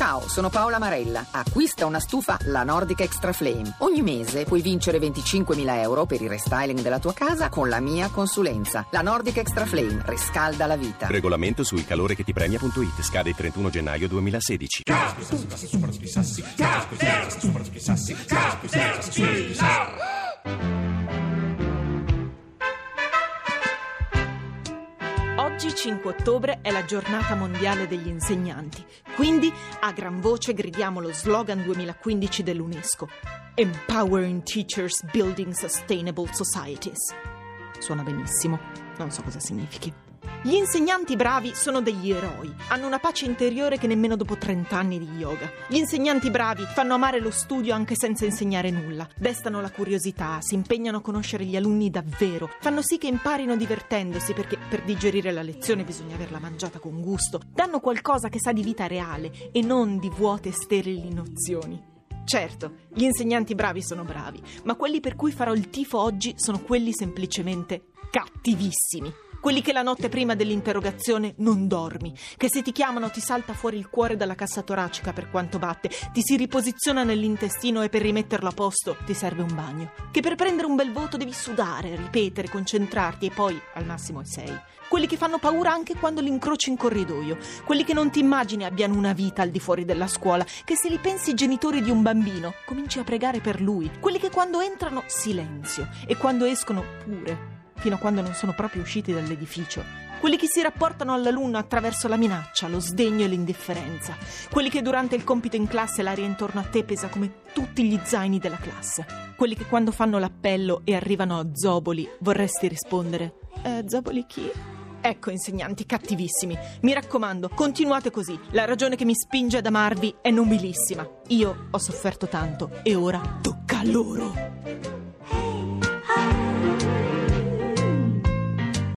Ciao, sono Paola Marella. Acquista una stufa La Nordic Extra Flame. Ogni mese puoi vincere 25.000 euro per il restyling della tua casa con la mia consulenza. La Nordic Extra Flame riscalda la vita. Regolamento su ilcalorechettipremia.it. Scade il 31 gennaio 2016. Oggi 5 ottobre è la giornata mondiale degli insegnanti, quindi a gran voce gridiamo lo slogan 2015 dell'UNESCO: Empowering Teachers Building Sustainable Societies. Suona benissimo, non so cosa significhi. Gli insegnanti bravi sono degli eroi, hanno una pace interiore che nemmeno dopo 30 anni di yoga. Gli insegnanti bravi fanno amare lo studio anche senza insegnare nulla, destano la curiosità, si impegnano a conoscere gli alunni davvero, fanno sì che imparino divertendosi, perché per digerire la lezione bisogna averla mangiata con gusto, danno qualcosa che sa di vita reale e non di vuote e sterili nozioni. Certo, gli insegnanti bravi sono bravi, ma quelli per cui farò il tifo oggi sono quelli semplicemente cattivissimi. Quelli che la notte prima dell'interrogazione non dormi, che se ti chiamano ti salta fuori il cuore dalla cassa toracica per quanto batte, ti si riposiziona nell'intestino e per rimetterlo a posto ti serve un bagno, che per prendere un bel voto devi sudare, ripetere, concentrarti e poi al massimo ai 6. Quelli che fanno paura anche quando li incroci in corridoio, quelli che non ti immagini abbiano una vita al di fuori della scuola, che se li pensi i genitori di un bambino cominci a pregare per lui, quelli che quando entrano silenzio e quando escono pure, fino a quando non sono proprio usciti dall'edificio. Quelli che si rapportano all'alunno attraverso la minaccia, lo sdegno e l'indifferenza. Quelli che durante il compito in classe l'aria intorno a te pesa come tutti gli zaini della classe. Quelli che quando fanno l'appello e arrivano a Zoboli vorresti rispondere: Zoboli chi? Ecco, insegnanti cattivissimi. Mi raccomando, continuate così. La ragione che mi spinge ad amarvi è nobilissima. Io ho sofferto tanto e ora tocca a loro.